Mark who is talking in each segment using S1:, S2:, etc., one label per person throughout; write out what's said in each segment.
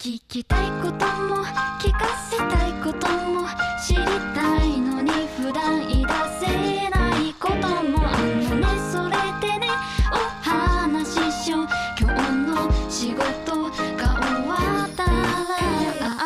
S1: 聞きたいことも聞かせたいことも知りたいのに普段言い出せないこともあのねそれでねお話ししよう今日の仕事が終わったら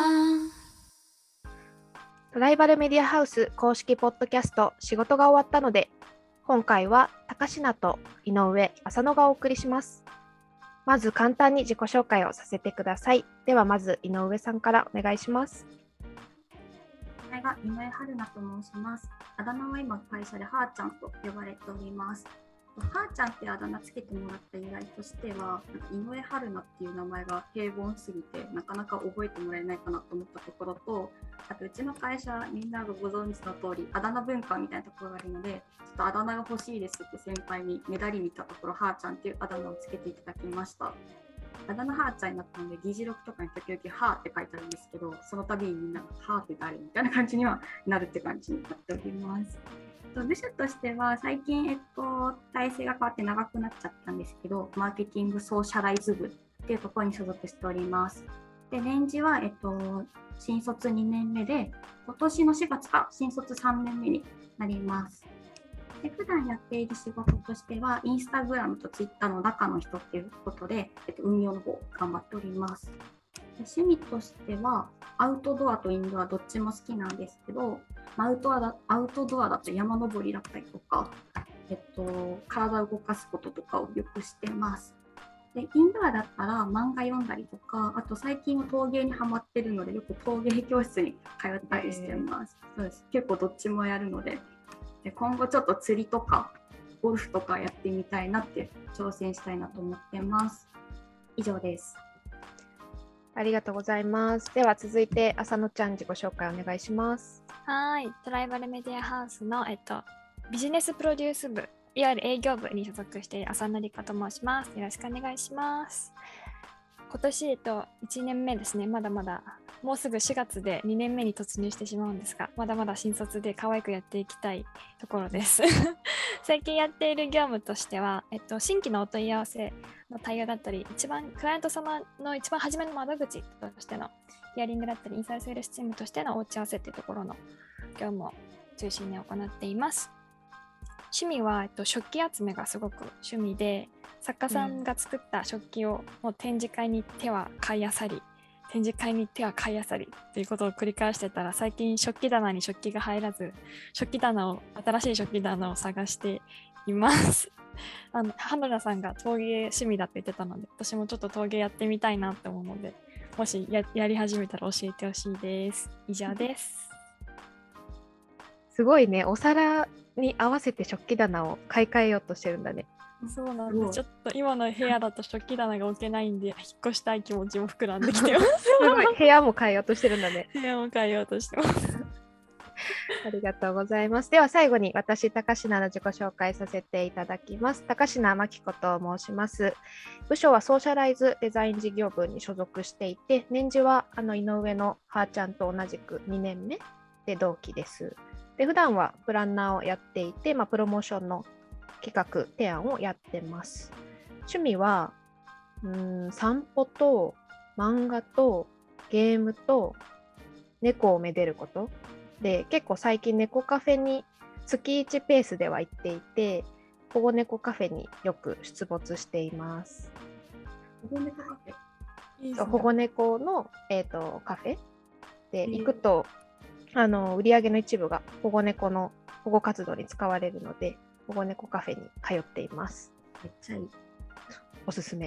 S2: トライバルメディアハウス公式ポッドキャスト仕事が終わったので今回は高階と井上浅野がお送りします。まず簡単に自己紹介をさせてください。ではまず井上さんからお願いします。
S3: これが井上春菜と申します。あだ名は今会社ではーちゃんと呼ばれております。はーちゃんってあだ名つけてもらった由来としては、井上春菜っていう名前が平凡すぎてなかなか覚えてもらえないかなと思ったところと、あとうちの会社みんながご存知の通りあだ名文化みたいなところがあるので、ちょっとあだ名が欲しいですって先輩にねだり見たところ、はーちゃんっていうあだ名をつけていただきました。あだ名はーちゃんになったので議事録とかに時々はーって書いてあるんですけど、その度にみんながはーって誰みたいな感じにはなるって感じになっております。部署としては最近、体制が変わって長くなっちゃったんですけど、マーケティングソーシャライズ部っていうところに所属しております。で、年次は、新卒2年目で、今年の4月から新卒3年目になります。で、普段やっている仕事としては、インスタグラムとツイッターの中の人っていうことで、運用の方頑張っております。で、趣味としては、アウトドアとインドアどっちも好きなんですけど、アウトドアだと山登りだったりとか、体を動かすこととかをよくしてます。で、インドアだったら漫画読んだりとか、あと最近は陶芸にハマってるのでよく陶芸教室に通ったりしてます。そうです。結構どっちもやるので、今後ちょっと釣りとかゴルフとかやってみたいなって挑戦したいなと思ってます。以上です。
S2: ありがとうございます。では続いて浅野ちゃん自己紹介お願いします。
S4: はい、トライバルメディアハウスの、ビジネスプロデュース部、いわゆる営業部に所属している浅野里香と申します。よろしくお願いします。今年、1年目ですね、まだまだ、もうすぐ4月で2年目に突入してしまうんですが、まだまだ新卒で可愛くやっていきたいところです。最近やっている業務としては、新規のお問い合わせの対応だったり、クライアント様の一番初めの窓口としてのヒアリングだったり、インサイドセールスチームとしてのお打ち合わせというところの業務を中心に行っています。趣味は、食器集めがすごく趣味で、作家さんが作った食器をもう展示会に行っては買いあさり、展示会に行っては買いあさりということを繰り返してたら、最近食器棚に食器が入らず、新しい食器棚を探しています。花田さんが陶芸趣味だって言ってたので、私もちょっと陶芸やってみたいなって思うので、もし やり始めたら教えてほしいです。以上です。
S2: すごいね、お皿に合わせて食器棚を買い替えようとしてるんだね。
S4: そうなんです。ちょっと今の部屋だと食器棚が置けないんで、引っ越したい気持ちも膨らんできてます。す
S2: ごい、部屋も変えようとしてるんだね。
S4: 部屋も変えようとしてます。
S2: ありがとうございます。では最後に私、高階の自己紹介させていただきます。高階真紀子と申します。部署はソーシャライズデザイン事業部に所属していて、年次は井上のはーちゃんと同じく2年目で同期です。で、普段はプランナーをやっていて、プロモーションの企画提案をやってます。趣味は散歩と漫画とゲームと猫をめでることで、結構最近猫カフェに月1ペースでは行っていて、保護猫カフェによく出没しています。
S3: 保護猫カフェ？
S2: いいですね。保護猫の、カフェで行くと、売り上げの一部が保護猫の保護活動に使われるので、保護猫カフェに通っています。
S3: めっちゃいい。
S2: おすすめ。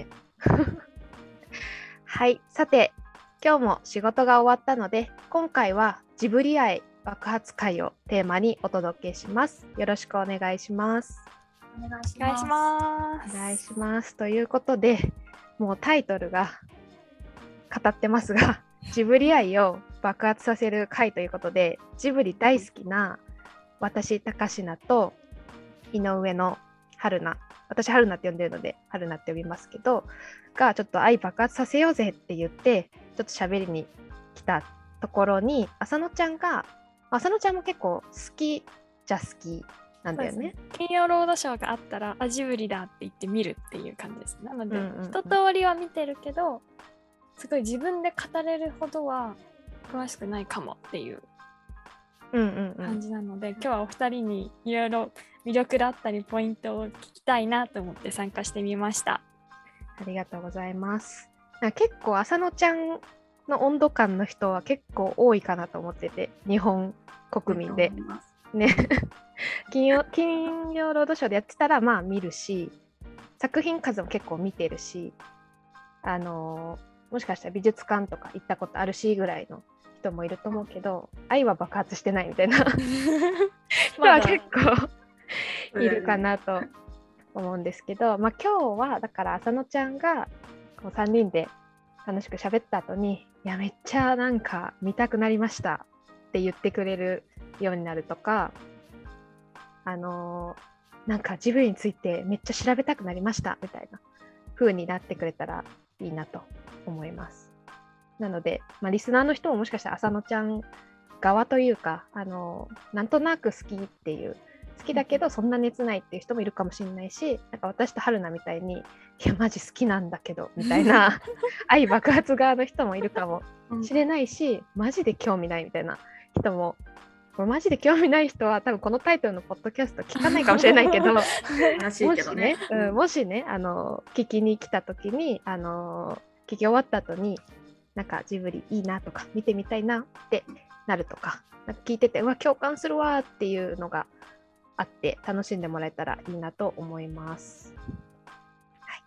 S2: はい、さて今日も仕事が終わったので、今回はジブリ愛爆発会をテーマにお届けします。よろしくお願いします。
S3: お願いし
S4: お願いしま
S2: す。お願いします。ということで、もうタイトルが語ってますが、ジブリ愛を爆発させる会ということで、ジブリ大好きな私、高階と井上の春菜、私春菜って呼んでるので春菜って呼びますけど、がちょっと愛爆発させようぜって言ってちょっと喋りに来たところに、浅野ちゃんも結構好きじゃ好きなんだよね。
S4: 金曜ロードショーがあったらジブリだって言って見るっていう感じです。なので、一通りは見てるけど、 すごい自分で語れるほどは詳しくないかもっていう感じなので、今日はお二人にいろいろ魅力だったりポイントを聞きたいなと思って参加してみました。
S2: ありがとうございます。結構浅野ちゃんの温度感の人は結構多いかなと思ってて、日本国民でね金曜ロードショーでやってたらまあ見るし、作品数も結構見てるし、もしかしたら美術館とか行ったことあるしぐらいの人もいると思うけど、愛は爆発してないみたいな人は結構いるかなと思うんですけど、まあ、今日はだから浅野ちゃんがこう3人で楽しく喋った後に、いやめっちゃなんか見たくなりましたって言ってくれるようになるとか、なんかジブリについてめっちゃ調べたくなりましたみたいな風になってくれたらいいなと思います。なので、まあ、リスナーの人ももしかしたら浅野ちゃん側というか、なんとなく好きっていう、好きだけどそんな熱ないっていう人もいるかもしれないし、なんか私と春菜みたいに、いやマジ好きなんだけどみたいな愛爆発側の人もいるかもしれないし、マジで興味ないみたいな人も、マジで興味ない人は多分このタイトルのポッドキャスト聞かないかもしれないけどもしね、もしね聞きに来た時に聞き終わった後になんかジブリいいなとか見てみたいなってなるとか、なんか聞いててうわ共感するわっていうのがあって楽しんでもらえたらいいなと思います。はい、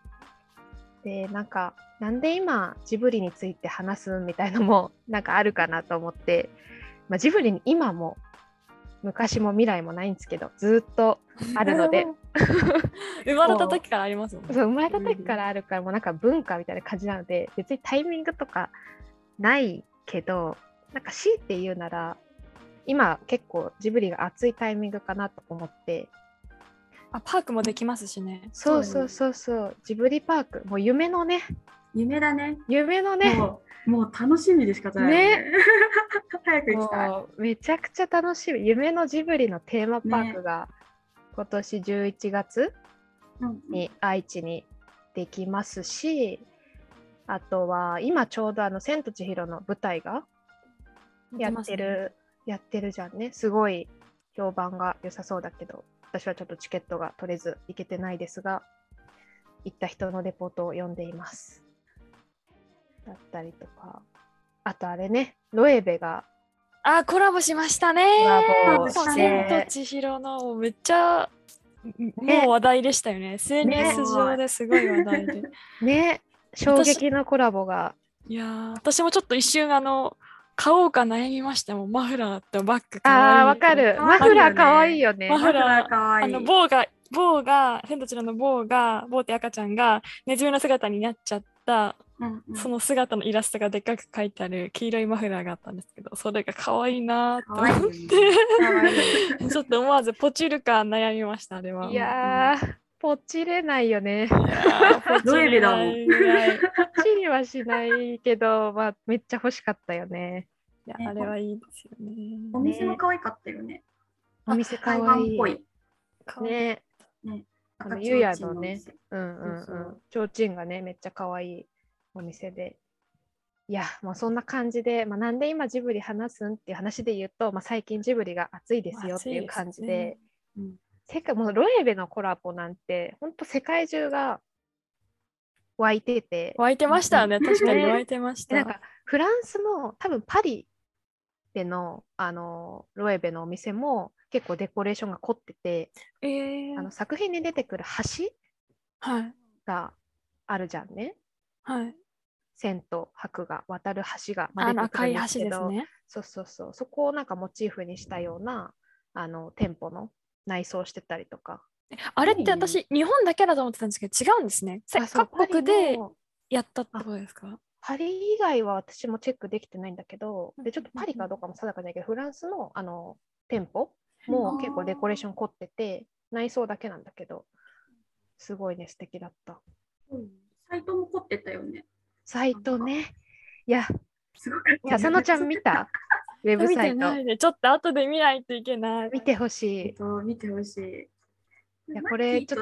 S2: でなんで今ジブリについて話すみたいのもなんかあるかなと思って、まあ、ジブリに今も昔も未来もないんですけどずっとあるので
S4: 生まれた時からありますもんね。
S2: そう、生まれた時からあるから、もうなんか文化みたいな感じなので別にタイミングとかないけど、なんか強いて言うなら今結構ジブリが熱いタイミングかなと思って。
S4: パークもできますしね。
S2: そうジブリパークもう夢のね、
S3: 夢だね、
S2: 夢のね、
S3: もう楽しみでしかないね早く行きたい。
S2: めちゃくちゃ楽しみ。夢のジブリのテーマパークが今年11月に愛知にできますし、あとは今ちょうど千と千尋の舞台がやってるじゃんね。すごい評判が良さそうだけど、私はちょっとチケットが取れず行けてないですが、行った人のレポートを読んでいます。だったりとか、あとあれね、ロエベが
S4: コラボしましたね。
S2: コラボして
S4: 千と千尋のめっちゃもう話題でしたよね。SNS 上ですごい話題で
S2: ね、衝撃のコラボが。
S4: いや私もちょっと一瞬買おうか悩みましたもん。マフラーとバッグかわいい。
S2: わかる。マフラーかわいいよね。
S4: マフラーかわいい。ボーが千と千尋のボーって赤ちゃんがネズミの姿になっちゃった、その姿のイラストがでっかく書いてある黄色いマフラーがあったんですけど、それがかわいいなと思ってちょっと思わずポチるか悩みました。あれは。
S2: いやポチれないよね。
S3: ロエベだもん。
S2: ポチりはしないけど、まあ、めっちゃ欲しかったよね。
S4: いや、あれはいいですよね。
S3: お店も可愛かったよね。
S2: お店可愛い。
S3: ね。
S2: ゆうやのね、ちょうちんがね、めっちゃ可愛いお店で。いや、もうそんな感じで、なんで今ジブリ話すんっていう話で言うと、最近ジブリが熱いですよっていう感じで、もうロエベのコラボなんて、本当世界中が湧いてて。
S4: 湧いてましたよね、確かに湧いてました。
S2: なんかフランスも多分パリでの、ロエベのお店も結構デコレーションが凝ってて、作品に出てくる橋があるじゃんね。千と白が渡る橋が出てくるんですけど、
S4: 赤い橋ですね。
S2: そこをなんかモチーフにしたような店舗の内装してたりとか。
S4: あれって私日本だけだと思ってたんですけど違うんですね。各国でやったってことですか？
S2: パリ以外は私もチェックできてないんだけど、でちょっとパリかどうかも定かないけど、フランスの店舗も結構デコレーション凝ってて、内装だけなんだけど、すごいね、素敵だった。
S3: サイトも凝ってたよね。
S2: サイトね。いや、浅野ちゃん見た？ウェブサイト。
S4: ちょっと後で見ないといけない。
S2: 見てほしい。
S3: 見てほしい。
S2: いや、これちょっと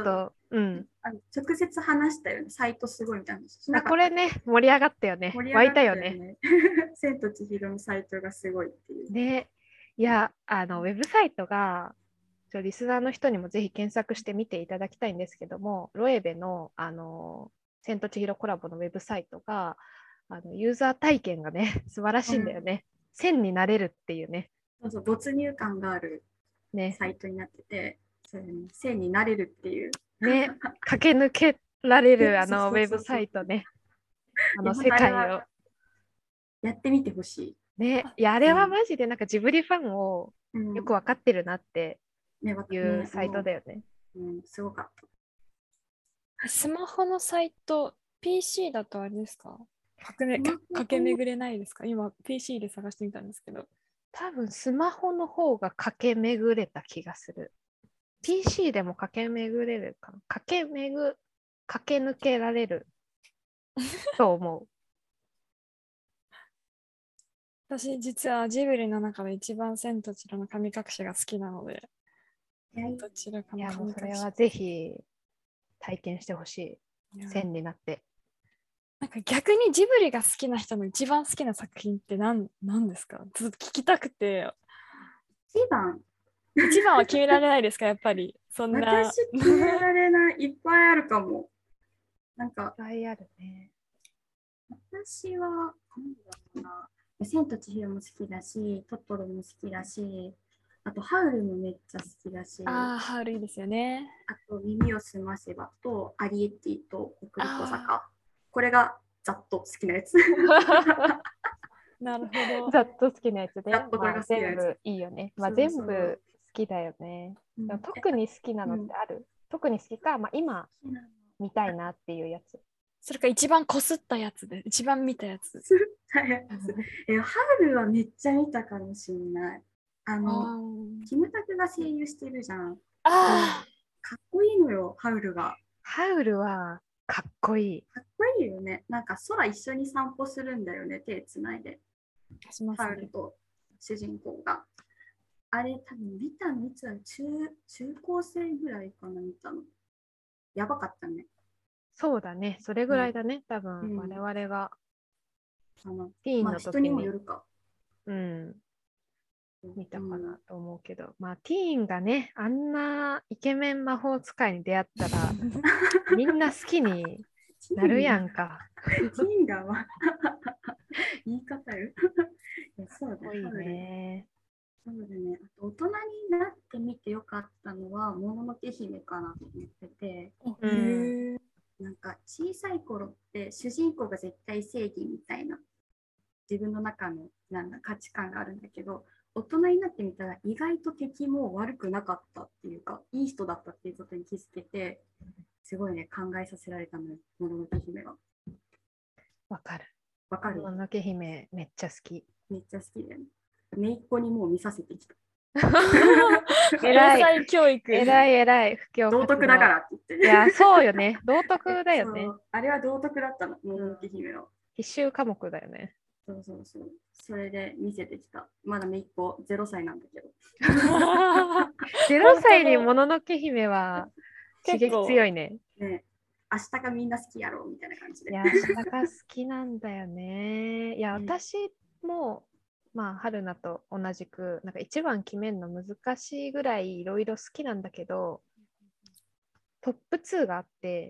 S3: 直接話したよね。サイトすごいみたいな話しなかった。
S2: これね、盛り上がったよね。湧いたよね。
S3: 千と千尋のサイトがすごいっていう。
S2: ね。いや、ウェブサイトが、リスナーの人にもぜひ検索してみていただきたいんですけども、ロエベの、千と千尋コラボのウェブサイトが、ユーザー体験がね、素晴らしいんだよね。線になれるっていうね。
S3: そうそう、没入感があるサイトになってて、そうね、線になれるっていう。
S2: ね、駆け抜けられるウェブサイトね。世界を。
S3: やってみてほしい。
S2: ね、いや、あれはマジでなんかジブリファンをよくわかってるなっていうサイトだよね。
S3: すごかった。
S4: スマホのサイト、PC だとあれですか？駆け巡れないですか？今 PC で探してみたんですけど。
S2: 多分スマホの方が駆け巡れた気がする。PC でも駆け巡れるかな。駆け抜けられると思う。
S4: 私実はジブリの中で一番千と千尋の神隠しが好きなので、どちらかの神隠し。
S2: それはぜひ体験してほしい。線になって。
S4: なんか逆にジブリが好きな人の一番好きな作品って何ですか？ちょっと聞きたくて。一番は決められないですか？やっぱりそんな。
S3: 私決められない。いっぱいあるかも。なんか。
S2: いっぱいあるね。
S3: 私は、なんだろうな。千と千尋も好きだし、トトロも好きだし、あとハウルもめっちゃ好きだし。
S4: ハウルいいですよね。
S3: あと耳をすませばとアリエッティと送り小坂。これがざっと好きなやつ。
S4: なるほど。
S2: ざっと好きなやつで、
S3: 全
S2: 部いいよね。全部好きだよね。特に好きなのってある？特に好きか、今見たいなっていうやつ。
S4: それか一番こすったやつで、一番見たやつ。
S3: ハウルはめっちゃ見たかもしれない。キムタクが声優してるじゃん。かっこいいのよ、ハウルが。
S2: ハウルはかっこいい。
S3: かっこいいよね。なんか空一緒に散歩するんだよね、手つないで。ハウルと主人公が。あれ、多分見たのいつは中高生ぐらいかな、見たの。やばかったね。
S2: そうだね、それぐらいだね、多分我々が。ティーンの時に。
S3: 人にもよるか。
S2: 見たかなと思うけど、ティーンがね、あんなイケメン魔法使いに出会ったらみんな好きになるやんか。
S3: ティーンが言い方よ。そうだ
S2: ね。
S3: そうだね。あと大人になってみてよかったのは、もののけ姫かなと思ってて。なんか小さい頃って主人公が絶対正義みたいな自分の中の価値観があるんだけど、大人になってみたら意外と敵も悪くなかったっていうか、いい人だったっていうことに気づけて、すごいね、考えさせられたのよ、もののけ姫は。
S2: わかる。もののけ姫めっちゃ好き。
S3: めっちゃ好きだよね。姪っ子にもう見させてきた。
S2: 偉い
S4: 教育。
S2: 偉い。
S3: 道徳だからって言って。
S2: いや、そうよね。道徳だよね。
S3: あれは道徳だったの、もののけ姫は。
S2: 必修科目だよね。
S3: そう。それで見せてきた。まだ姪っ子0歳なんだけど。
S2: 0歳にもののけ姫は刺激強いね。
S3: ね、明日がみんな好きやろみたいな感じで。
S2: いや、明日が好きなんだよね。いや、私も、春菜と同じく、なんか一番決めるの難しいぐらいいろいろ好きなんだけど、トップ2があって、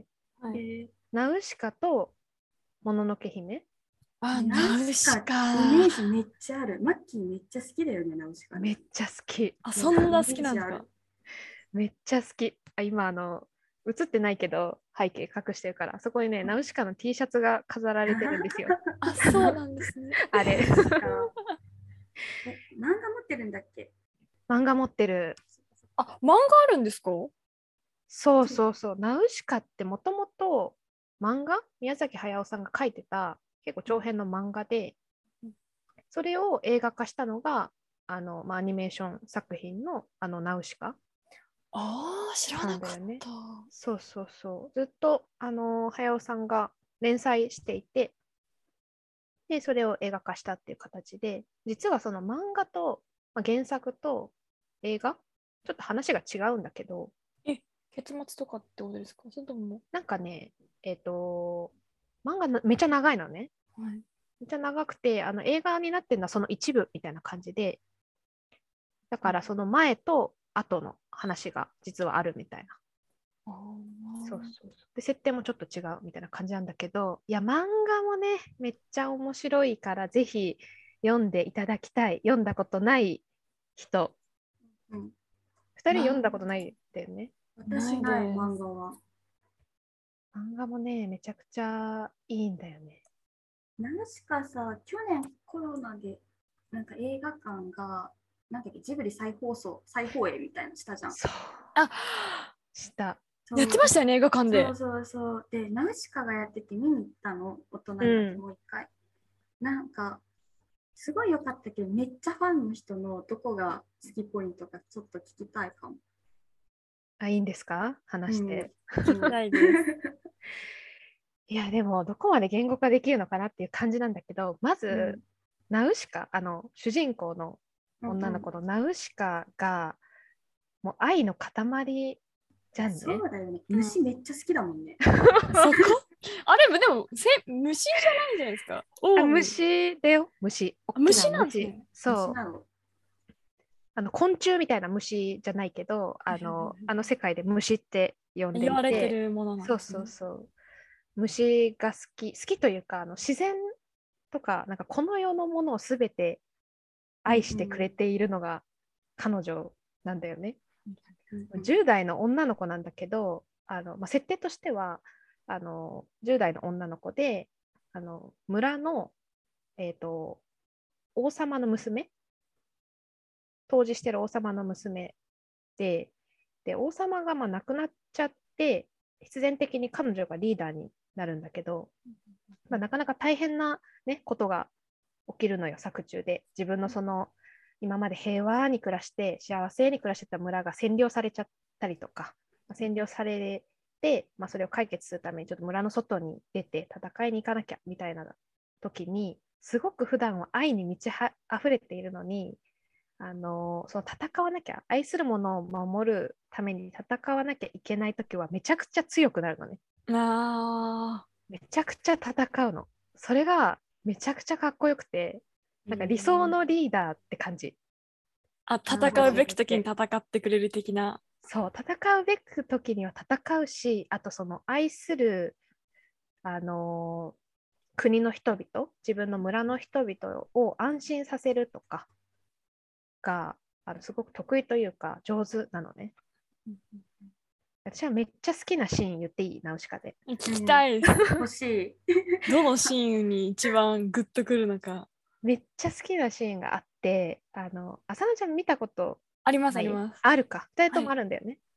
S2: ナウシカともののけ姫。
S4: ナウシカ。
S3: イメージめっちゃある。マッキーめっちゃ好きだよね、ナウシカ。
S2: めっちゃ好き。
S4: そんな好きなんですか？
S2: めっちゃ好き。今映ってないけど背景隠してるから、そこにね、ナウシカの T シャツが飾られてるんですよ。
S4: そうなんですね。
S2: あれ。
S3: 漫画持ってるんだっけ？
S2: 漫画持ってる。
S4: 漫画あるんですか？
S2: そう。ナウシカってもともと漫画、宮崎駿さんが書いてた結構長編の漫画で、それを映画化したのがアニメーション作品のナウシカ。
S4: 知らなかった。
S2: そう。ずっと駿さんが連載していて、でそれを映画化したっていう形で、実はその漫画と、原作と映画ちょっと話が違うんだけど、
S4: 結結末とかってことですか？それとも、
S2: なんかね、漫画めっちゃ長いのね。
S4: はい、
S2: めっちゃ長くて、映画になってるのはその一部みたいな感じで、だからその前と後の話が実はあるみたいな。
S4: あ
S2: そうそうそう。で、設定もちょっと違うみたいな感じなんだけど、いや、漫画もね、めっちゃ面白いから、ぜひ読んでいただきたい。読んだことない人。
S3: うん、
S2: 2人読んだことないんだよね。
S3: 私ない漫画は。
S2: 漫画もね、めちゃくちゃいいんだよね。
S3: ナウシカさ、去年コロナでなんか映画館がなんだっけ、ジブリ再放映みたいなのしたじゃん。
S2: そう。
S4: あ、
S2: した。
S4: やってましたよね、映画館で。
S3: そうそうそう。で、ナウシカがやってて見に行ったの、大人になってもう一回。なんか、すごい良かったけど、めっちゃファンの人のどこが好きポイントかちょっと聞きたいかも。
S2: あ、いいんですか？話して。
S4: 聞きたいです。
S2: いや、でも、どこまで言語化できるのかなっていう感じなんだけど、まず、ナウシカ、主人公の女の子のナウシカが、もう愛の塊じゃんね。
S3: そうだよね。虫めっちゃ好きだもんね。
S4: そこあれ、でも虫じゃないんじゃないですか。
S2: 虫だよ、虫。
S4: 虫なんですね。
S2: そう。昆虫みたいな虫じゃないけど、世界で虫って呼んでいて。
S4: 言われてるものなんですね。
S2: そうそうそう。虫が好きというか、自然とか、なんかこの世のものをすべて愛してくれているのが彼女なんだよね。10代の女の子なんだけど、設定としては10代の女の子で村の、王様の娘、当時してる王様の娘で、王様が亡くなっちゃって必然的に彼女がリーダーになるんだけど、なかなか大変な、ね、ことが起きるのよ、作中で。自分のその今まで平和に暮らして幸せに暮らしてた村が占領されちゃったりとか、占領されて、それを解決するためにちょっと村の外に出て戦いに行かなきゃみたいな時に、すごく普段は愛に満ち溢れているのに、その戦わなきゃ、愛するものを守るために戦わなきゃいけない時はめちゃくちゃ強くなるのね。めちゃくちゃ戦うの。それがめちゃくちゃかっこよくて、なんか理想のリーダーって感じ。
S4: 戦うべき時に戦ってくれる的な。
S2: そう、戦うべき時には戦うし、あとその愛する国の人々、自分の村の人々を安心させるとかがすごく得意というか上手なのね。私はめっちゃ好きなシーン言っていい？ナウシカで。
S4: 聞きたいです。
S3: 欲しい。
S4: どのシーンに一番グッとくるのか。
S2: めっちゃ好きなシーンがあって、浅野ちゃん見たこと
S4: あります。
S2: あるか。2人ともあるんだよね。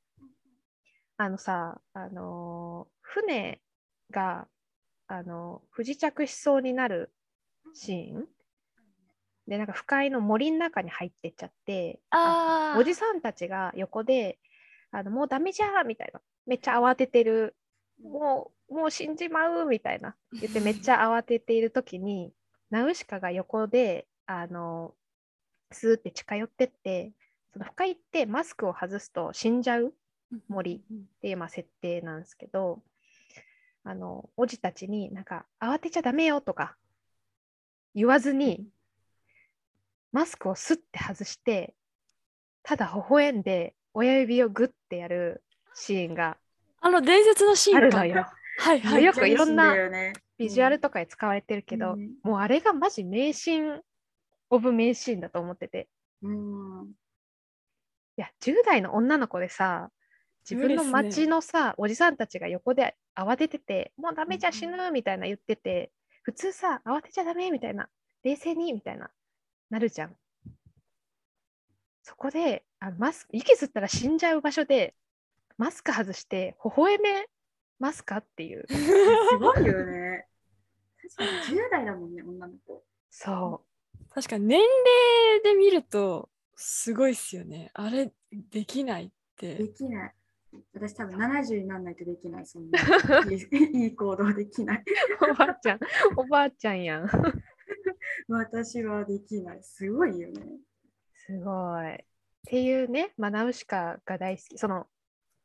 S2: 船が不時着しそうになるシーンで、なんか不快の森の中に入ってっちゃって、おじさんたちが横でもうダメじゃーみたいな、めっちゃ慌ててる、もう死んじまうみたいな言ってめっちゃ慌てている時にナウシカが横でスーって近寄ってって、その深いってマスクを外すと死んじゃう森っていう設定なんですけど、おじたちになんか慌てちゃダメよとか言わずにマスクをスッて外してただ微笑んで親指をグッてやるシーンが
S4: 伝説のシーン
S2: あるのよ。よくいろんなビジュアルとかで使われてるけど、もうあれがマジ名シーンオブ名シーンだと思ってて、いや10代の女の子でさ、自分の町のさ、おじさんたちが横で慌ててて、もうダメじゃ死ぬみたいな言ってて、普通さ、慌てちゃダメみたいな、冷静にみたいな、なるじゃん。そこで、息吸ったら死んじゃう場所で、マスク外して、微笑めますかっていう。
S3: すごいよね。確かに10代だもんね、女の子。
S2: そう。
S4: 確かに年齢で見ると、すごいっすよね。あれ、できないって。
S3: できない。私多分70にならないとできない、そんないい行動できない。
S2: おばあちゃんやん。
S3: 私はできない。すごいよね。
S2: すごい。っていうね、ナウシカが大好き。その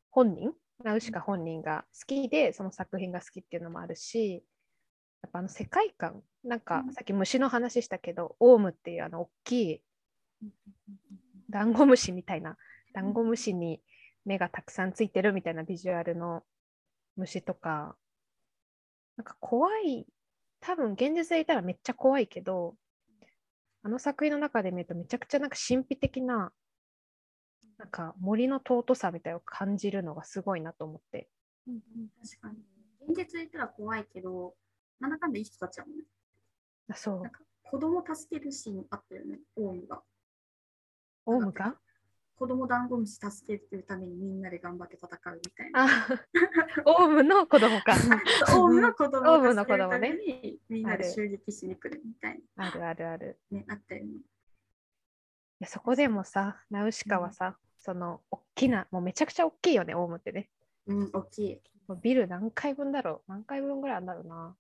S2: 本人、ナウシカ本人が好きで、その作品が好きっていうのもあるし、やっぱ世界観、なんかさっき虫の話したけど、オウムっていう大きいダンゴムシみたいな、ダンゴムシに目がたくさんついてるみたいなビジュアルの虫とか、なんか怖い、多分現実でいたらめっちゃ怖いけど、あの作品の中で見るとめちゃくちゃなんか神秘的な、なんか森の尊さみたいなのを感じるのがすごいなと思って。
S3: 確かに。現実で言ったら怖いけど、なんだかんだいい人たちだもんね。
S2: そう。
S3: なんか子供助けるシーンあったよね、オウムが。
S2: オウムが
S3: 子供ダンゴムシ助けるためにみんなで頑張って戦うみたいな。
S2: オウムの子供か。
S3: オウムの子供を
S2: オウムの
S3: 助けるため
S2: 子供ね。
S3: にみんなで襲撃しに来るみたい
S2: あるあるある。
S3: な。ね、あったよね。
S2: いやそこでもさ、ナウシカはさ、その大きな、もうめちゃくちゃ大きいよね、オウムってね。
S3: うん、大きい。
S2: もうビル何階分だろう、何階分ぐらいあるんだろうな。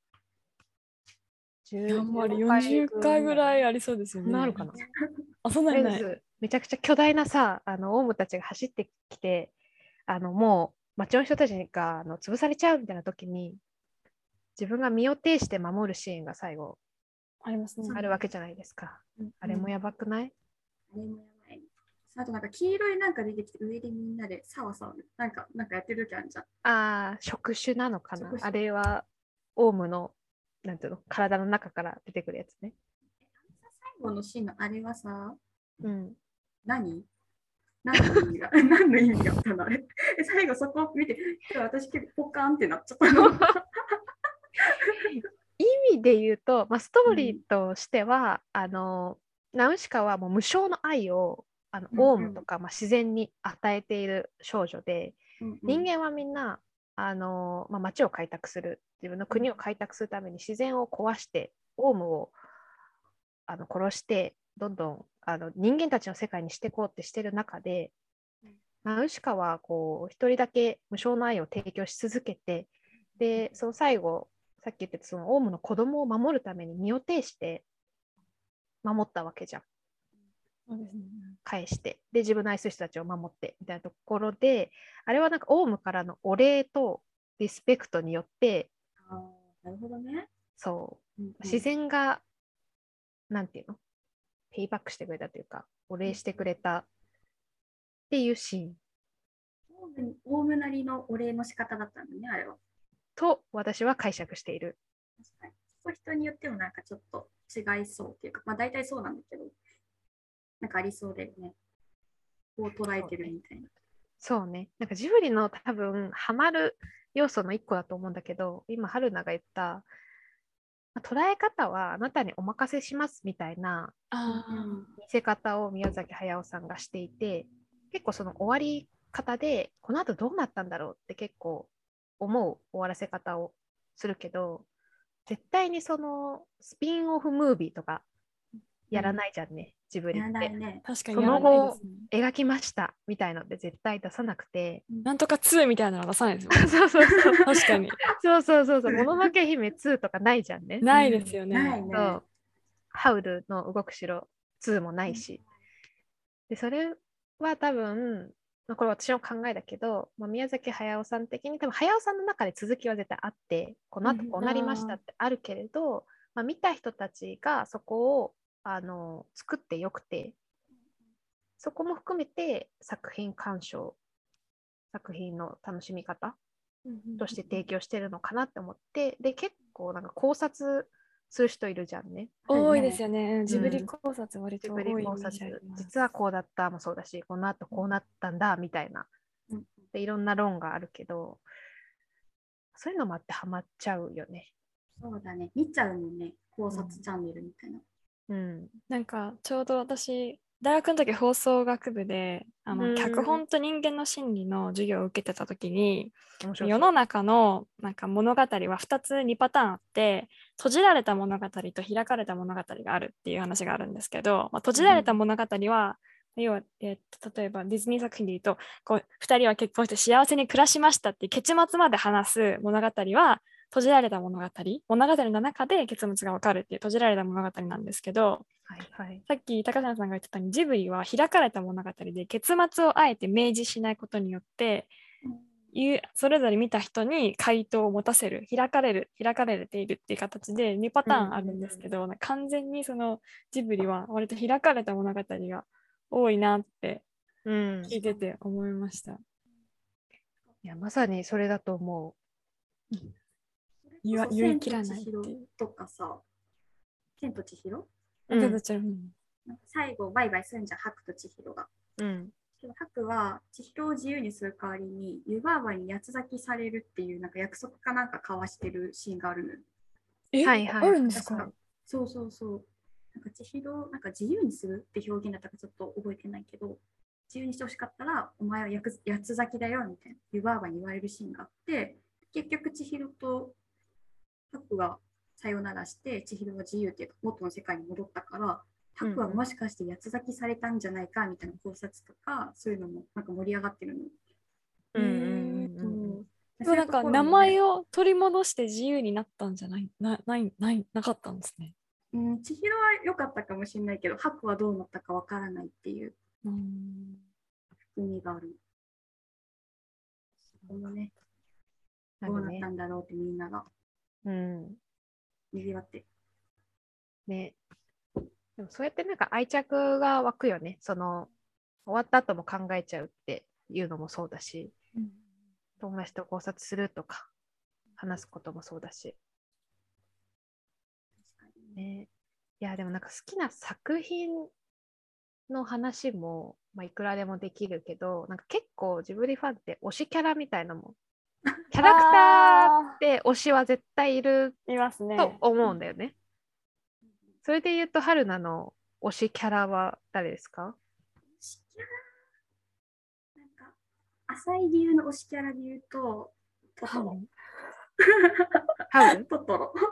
S4: あんまり40回ぐらいありそうですよね。
S2: なるかな。
S4: あ、そんなにない。
S2: めちゃくちゃ巨大なさ、オウムたちが走ってきて、もう町の人たちが潰されちゃうみたいな時に、自分が身を挺して守るシーンが最後
S4: ありますね。
S2: あるわけじゃないですか。あれもやばくない？
S3: あれもやばい。あとなんか黄色いなんか出てきて上でみんなでサワサワなんかやってる時あるじゃん。
S2: ああ、触手なのかな。あれはオウムのなんていうの体の中から出てくるやつね。
S3: 最後のシーンのあれはさ、
S2: うん、
S3: 何の意味が何の意味があったのあれ。最後そこを見て、私結構ポカンってなっちゃったの。
S2: 意味で言うと、まあ、ストーリーとしては、ナウシカはもう無償の愛をオウムとか、まあ、自然に与えている少女で、人間はみんなまあ、町を開拓する、自分の国を開拓するために自然を壊してオウムを殺してどんどん人間たちの世界にしていこうってしてる中で、ナウシカはこう一人だけ無償の愛を提供し続けて、でその最後さっき言ってたそのオウムの子供を守るために身を挺して守ったわけじゃん。
S4: そうですね。
S2: 返してで自分の愛する人たちを守ってみたいなところで、あれはなんかオウムからのお礼とリスペクトによって、
S3: なるほどね。
S2: そう、自然がなんていうのペイバックしてくれたというかお礼してくれたっていうシーン。
S3: オウムなりのお礼の仕方だったんだね、あれは。
S2: と私は解釈している。
S3: 確かに。そこ人によってもなんかちょっと違いそうっていうか、まあ大体そうなんだけど、なんかありそうでね、こう捉えてるみたいな。
S2: そうね。なんかジブリの多分ハマる要素の一個だと思うんだけど、今春菜が言った捉え方はあなたにお任せしますみたいな見せ方を宮崎駿さんがしていて、結構その終わり方でこの後どうなったんだろうって結構思う終わらせ方をするけど、絶対にそのスピンオフムービーとかやらないじゃんね、ジブリって。
S3: ね、
S4: 確かに
S2: その後描きましたみたいので絶対出さなくて、
S4: なんとか2みたいなの出さないですよね。
S2: そうそうそう
S4: 確かに。
S2: そうもののけ姫2とかないじゃんね。
S4: ないですよね。
S3: ないね。
S2: そうハウルの動く城2もないし、でそれは多分これ私の考えだけど、宮崎駿さん的に多分駿さんの中で続きは絶対あって、この後こうなりましたってあるけれど、見た人たちがそこを作ってよくて、そこも含めて作品鑑賞、作品の楽しみ方として提供してるのかなって思って、で結構なんか考察する人いるじゃんね。
S4: 多いですよね。ジブリ考察割と多いイメージあります。
S2: 実はこうだったもそうだし、この後こうなったんだみたいな、でいろんな論があるけど、そういうのもあってハマっちゃうよね。
S3: そうだね、見ちゃうのね、考察チャンネルみたいな。
S4: なんかちょうど私大学の時放送学部で脚本と人間の心理の授業を受けてた時に、世の中のなんか物語は2パターンあって、閉じられた物語と開かれた物語があるっていう話があるんですけど、閉じられた物語は、要は例えばディズニー作品で言うとこう2人は結婚して幸せに暮らしましたっていう結末まで話す物語は閉じられた物語の中で結末が分かるっていう閉じられた物語なんですけど、さっき高島さんが言ってたようにジブリは開かれた物語で結末をあえて明示しないことによってそれぞれ見た人に回答を持たせる、開かれているっていう形で2パターンあるんですけど、完全にそのジブリは割と開かれた物語が多いなって聞いてて思いました。
S2: いや、まさにそれだと思う。
S4: 言い切らないっていう。
S3: とかさ、千と千尋？最後バイバイするんじゃん、ハクと千尋が。ハクは千尋を自由にする代わりに湯婆婆に八つ咲きされるっていうなんか約束かなんか交わしてるシーンがあるの。
S4: はいはい。あるんですか？
S3: そう。なんか千尋なんか自由にするって表現だったかちょっと覚えてないけど、自由にしてほしかったらお前は八つ咲きだよみたいな湯婆婆に言われるシーンがあって、結局千尋とハクがさよならして千尋は自由っていうか元の世界に戻ったから、ハクはもしかして八つ咲きされたんじゃないかみたいな考察とかそういうのもなんか盛り上がってるの。
S4: でもなんか名前を取り戻して自由になったんじゃなかったんですね。
S3: 千尋は良かったかもしれないけど、ハクはどうなったかわからないっていう含みがある。そのね、どうなったんだろうってみんながにぎわって
S2: ね。でもそうやってなんか愛着が湧くよね。その終わった後も考えちゃうっていうのもそうだし、友達と考察するとか話すこともそうだし。ね、いやでもなんか好きな作品の話も、いくらでもできるけど、なんか結構ジブリファンって推しキャラみたいなもん。キャラクターって推しは絶対いると思うんだよね。それで言うと春菜の推しキャラは誰ですか？
S3: 推しキャラなんか浅い理由の推しキャラで言うとトトロ。トトロ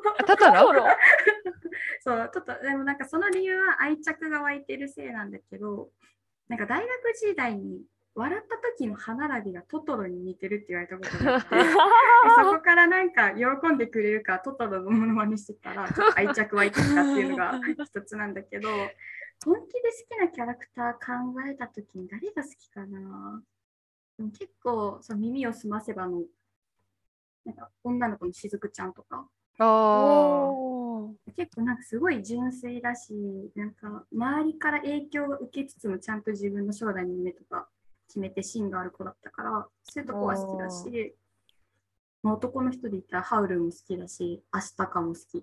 S3: そうでもなんかその理由は愛着が湧いてるせいなんだけど、なんか大学時代に笑った時の歯並びがトトロに似てるって言われたことがあってそこからなんか喜んでくれるかトトロのものまねしてたらちょっと愛着湧いてきたっていうのが一つなんだけど、本気で好きなキャラクター考えた時に誰が好きかな。でも結構その耳をすませばのなんか女の子のしずくちゃんとか結構なんかすごい純粋だし、なんか周りから影響を受けつつもちゃんと自分の将来の夢とか決めて芯がある子だったから、そういうとこは好きだし、男の人で言ったらハウルも好きだし、アシタカも好き。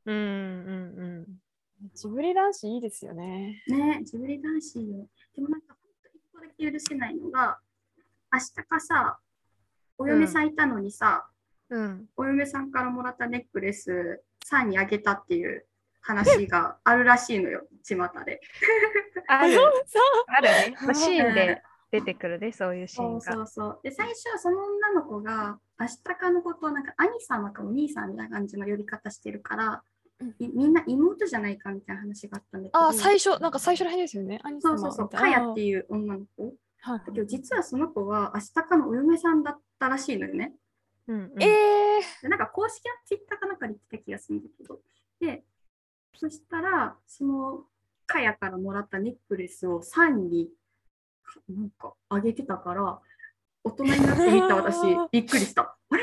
S4: ジブリ男子いいですよね。
S3: ね、ジブリ男子よ。でもなんか本当に一個だけ許せないのが、アシタカさ、お嫁さんいたのにさ、お嫁さんからもらったネックレスさんにあげたっていう話があるらしいのよ、巷で。
S2: あるね。シーンで出てくるね、そういうシーンが。
S3: そう。で、最初はその女の子が、アシタカのことをなんか兄様かお兄さんみたいな感じの呼び方してるから、みんな妹じゃないかみたいな話があったんだけど。
S4: 最初らへんですよね。兄様
S3: そう、カヤっていう女の子。だけど実はその子はアシタカのお嫁さんだったらしいのよね。なんか公式のツイッターかなんかで言ってた気がするんだけど、でそしたらそのカヤからもらったネックレスをサンになんかあげてたから、大人になってみた私びっくりした。あれ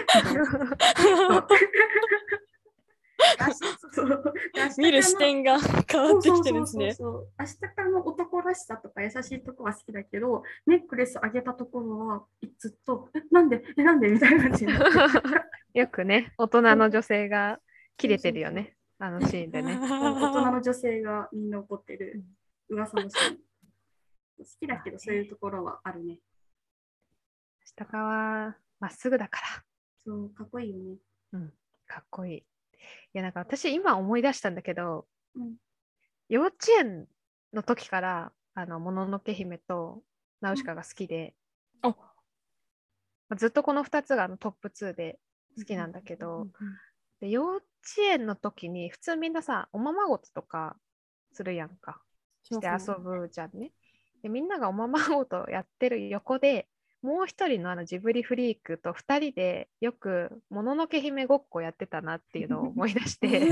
S4: 見る視点が変わってきてるんですね。
S3: 明日からの男らしさとか優しいとこは好きだけど、ネックレスあげたところはずっとなんでみたいな感じになって
S2: よくね、大人の女性が切れてるよね、あのシーンでね。
S3: 大人の女性がみんな怒ってる噂のシーン。好きだけどそういうところはあるね。
S2: 下川まっすぐだから。
S3: そう、かっこいいよね。
S2: かっこいい。いや、なんか私今思い出したんだけど、幼稚園の時からもののけ姫とナウシカが好きで、ずっとこの2つがトップ2で好きなんだけど、で幼稚園の時に普通みんなさ、おままごととかするやんか。して遊ぶじゃんね。でみんながおままごとやってる横で、もう一人のジブリフリークと2人でよくもののけ姫ごっこやってたなっていうのを思い出して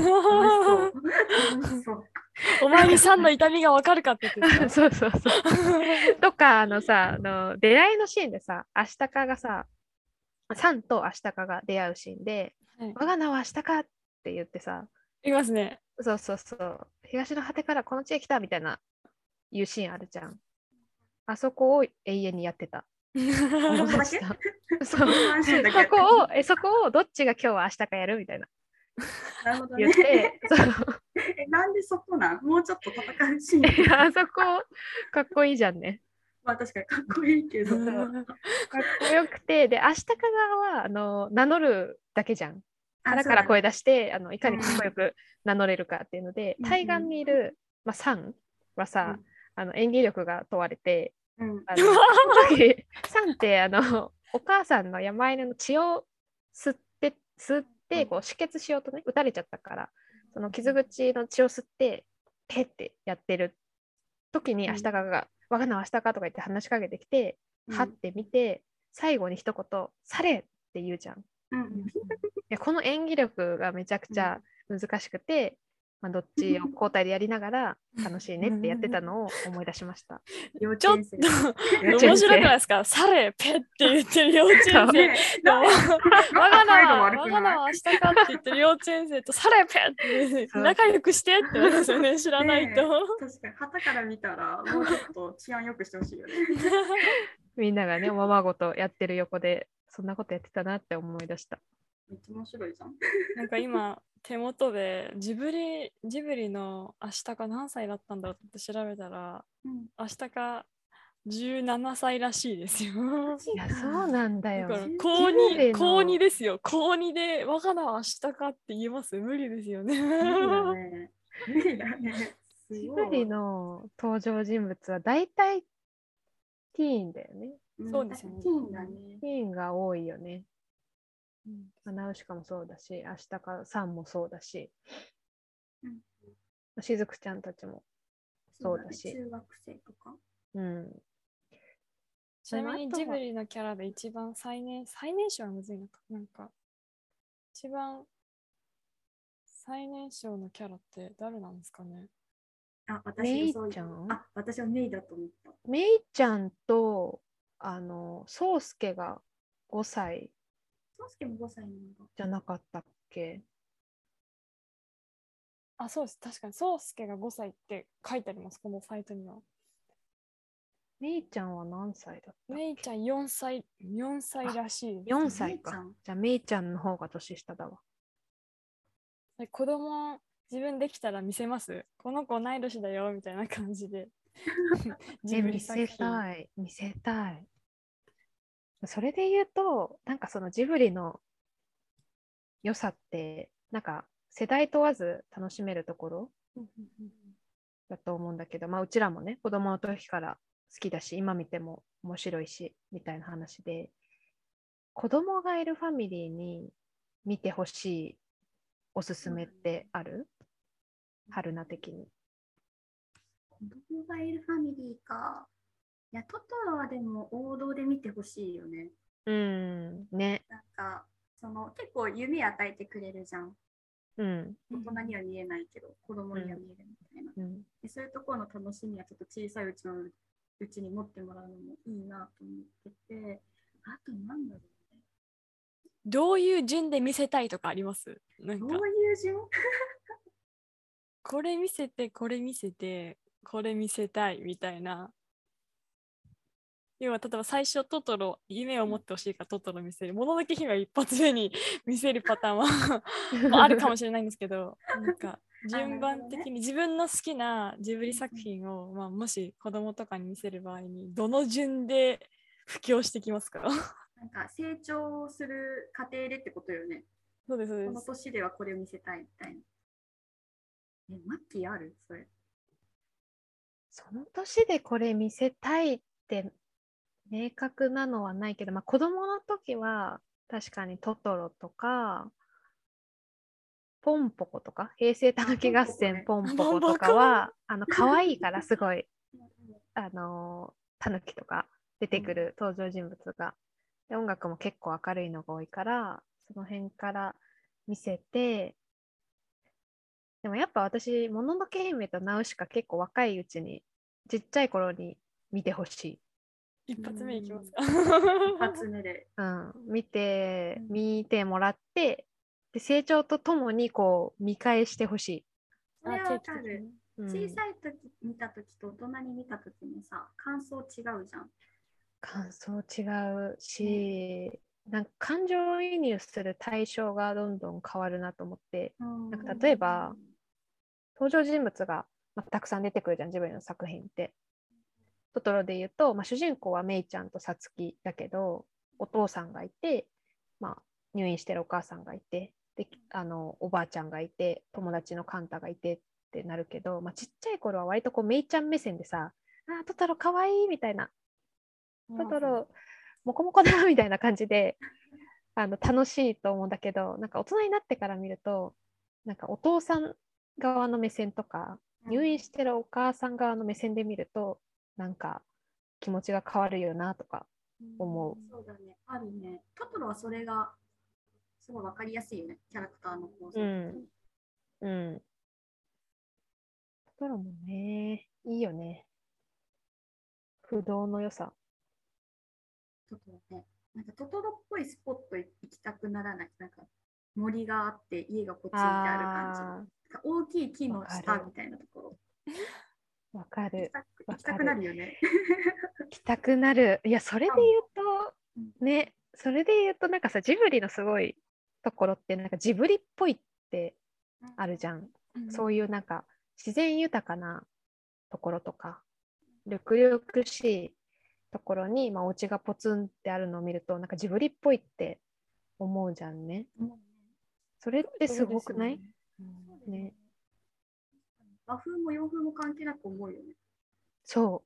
S4: お前にさんの痛みがわかるかって言って
S2: そうとかさ、出会いのシーンでさ、アシタカがさサンとアシタカが出会うシーンで、
S4: はい、
S2: 我が名はアシタカって言ってさ、
S4: いますね。
S2: そうそうそう、東の果てからこの地へ来たみたいな言うシーンあるじゃん。あそこを永遠にやってた。友
S3: そこだけ
S2: 達と。そう。
S3: ワンシーンだけやって
S2: そこをどっちが今日は明日かやるみたいな
S3: なるほど
S2: 言って、
S3: ね。
S2: そう
S3: なんでそこなんもうちょっと戦うシーン。
S2: あそこかっこいいじゃんね。
S3: まあ確かにかっこいいけど。
S2: そうかっこよくて、で、明日か側は名乗るだけじゃん。腹から声出していかにかっこよく名乗れるかっていうので、対岸にいる、サンはさ、演技力が問われて、その時サンってお母さんの山犬の血を吸ってこう止血しようとね、打たれちゃったから、その傷口の血を吸ってペッてやってる時に、明日が我が名は明日かとか言って話しかけてきて、はって見て最後に一言されって言うじゃん。いやこの演技力がめちゃくちゃ難しくて、どっちを交代でやりながら楽しいねってやってたのを思い出しました。
S4: ちょっと面白くないですか？されペッって言ってる幼稚園生我が名は明日かって言ってる幼稚園生とされペッって仲良くしてって言うんですよね、知らないと。
S3: 確かに旗から見たらもうちょっと治安良くしてほしいよね。
S2: みんながねおままごとやってる横でそんなことやってたなって思い出した。
S3: めっちゃ面白いじゃん。
S4: なんか今手元でジブリの明日か何歳だったんだろうって調べたら、明日か17歳らしいですよ。
S2: いやそうなんだよ。
S4: だから高2ですよ。高2で我が名は明日かって言えます？無理ですよね。
S3: 無理だね。
S2: ジブリの登場人物は大体ティーンだよね。
S4: そうですよね。
S3: ティーンだね。
S2: ティーンが多いよね。ナウシカもそうだし、アシタカさんもそうだし、しずくちゃんたちもそうだし。
S3: 中学生とか。
S4: ちなみにジブリのキャラで一番最年少はむずいのか。なんか、一番最年少のキャラって誰なんですかね？
S2: メイちゃん？
S3: 私はメイだと思った。
S2: メイちゃんと、ソウスケが5歳。
S3: ソウスケも5歳なんだ。
S2: じゃなかったっけ？
S4: そうです。確かに、ソウスケが5歳って書いてあります、このサイトには。
S2: メイちゃんは何歳だった？
S4: メイちゃん4歳らしいです。
S2: 4歳か。じゃあメイちゃんの方が年下だわ。
S4: 子供自分できたら見せます？この子同い年だよみたいな感じで。
S2: 見せたい。見せたい。それで言うと、なんかそのジブリの良さって、なんか世代問わず楽しめるところだと思うんだけど、うちらもね、子供の時から好きだし、今見ても面白いし、みたいな話で、子供がいるファミリーに見てほしいおすすめってある？春菜的に。
S3: 子供がいるファミリーか。いや、トトロはでも王道で見てほしいよね。
S2: ね。
S3: なんか、結構夢与えてくれるじゃん。大人には見えないけど、子供には見えるみたいな。でそういうところの楽しみはちょっと小さいうちに持ってもらうのもいいなと思ってて、あとなんだろうね。
S4: どういう順で見せたいとかあります？なんか
S3: どういう順？
S4: これ見せて、これ見せて、これ見せたいみたいな。要は例えば最初トトロ、夢を持ってほしいからトトロ見せる。もののけ姫は一発目に見せるパターンはあるかもしれないんですけど、なんか順番的に自分の好きなジブリ作品を、もし子供とかに見せる場合にどの順で布教してきますか？
S3: なんか成長する過程でってことよね。
S4: そうです、そうです。
S3: この年ではこれを見せたいみたいな。マッキーある？それ。
S2: その年でこれ見せたいって明確なのはないけど、子供の時は確かにトトロとかポンポコとか平成たぬき合戦ポンポコとかは可愛いからすごいたぬきとか出てくる登場人物がで音楽も結構明るいのが多いからその辺から見せて、でもやっぱ私もののけ姫とナウシカ結構若いうちにちっちゃい頃に見てほしい。
S4: 一発目いきますか。
S3: 一発目で。
S2: 見てもらって、で成長とともにこう見返してほしい。
S3: それはわかる。
S2: うん、
S3: 小さい時見た時と大人に見た時にさ、感想違うじゃん。
S2: 感想違うし、なんか感情移入する対象がどんどん変わるなと思って、なんか例えば登場人物が、たくさん出てくるじゃん、ジブリの作品って。トトロで言うと、主人公はメイちゃんとサツキだけど、お父さんがいて、入院してるお母さんがいて、でおばあちゃんがいて、友達のカンタがいてってなるけど、ちっちゃい頃は割とこうメイちゃん目線でさ、トトロかわいいみたいな、トトロモコモコだみたいな感じで楽しいと思うんだけど、なんか大人になってから見ると、なんかお父さん側の目線とか、入院してるお母さん側の目線で見ると、なんか気持ちが変わるよなとか思う。
S3: そうだね、あるね。トトロはそれがすごい分かりやすいよね、キャラクターの構造。
S2: うん。トトロもね、いいよね。不動の良さ。
S3: トトロね。なんかトトロっぽいスポット行きたくならない。なんか森があって家がこっちにある感じ。なんか大きい木の下みたいなところ。
S2: わかる。
S3: 行きたくなるよね。
S2: 行きたくなる。いや、それで言うと、ね、それで言うと、なんかさ、ジブリのすごいところって、なんかジブリっぽいってあるじゃん。そういうなんか自然豊かなところとか、緑々しいところに、お家がポツンってあるのを見ると、なんかジブリっぽいって思うじゃんね。それってすごくない？ね。
S3: 和風も洋風も関係なく思うよね。
S2: そう。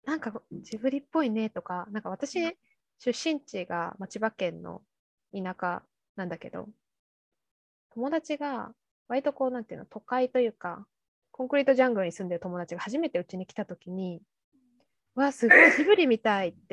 S2: なんかジブリっぽいねとか、なんか私、出身地が千葉県の田舎なんだけど、友達が割とこう、なんていうの、都会というか、コンクリートジャングルに住んでる友達が初めてうちに来たときに、わあ、すごいジブリみたいって、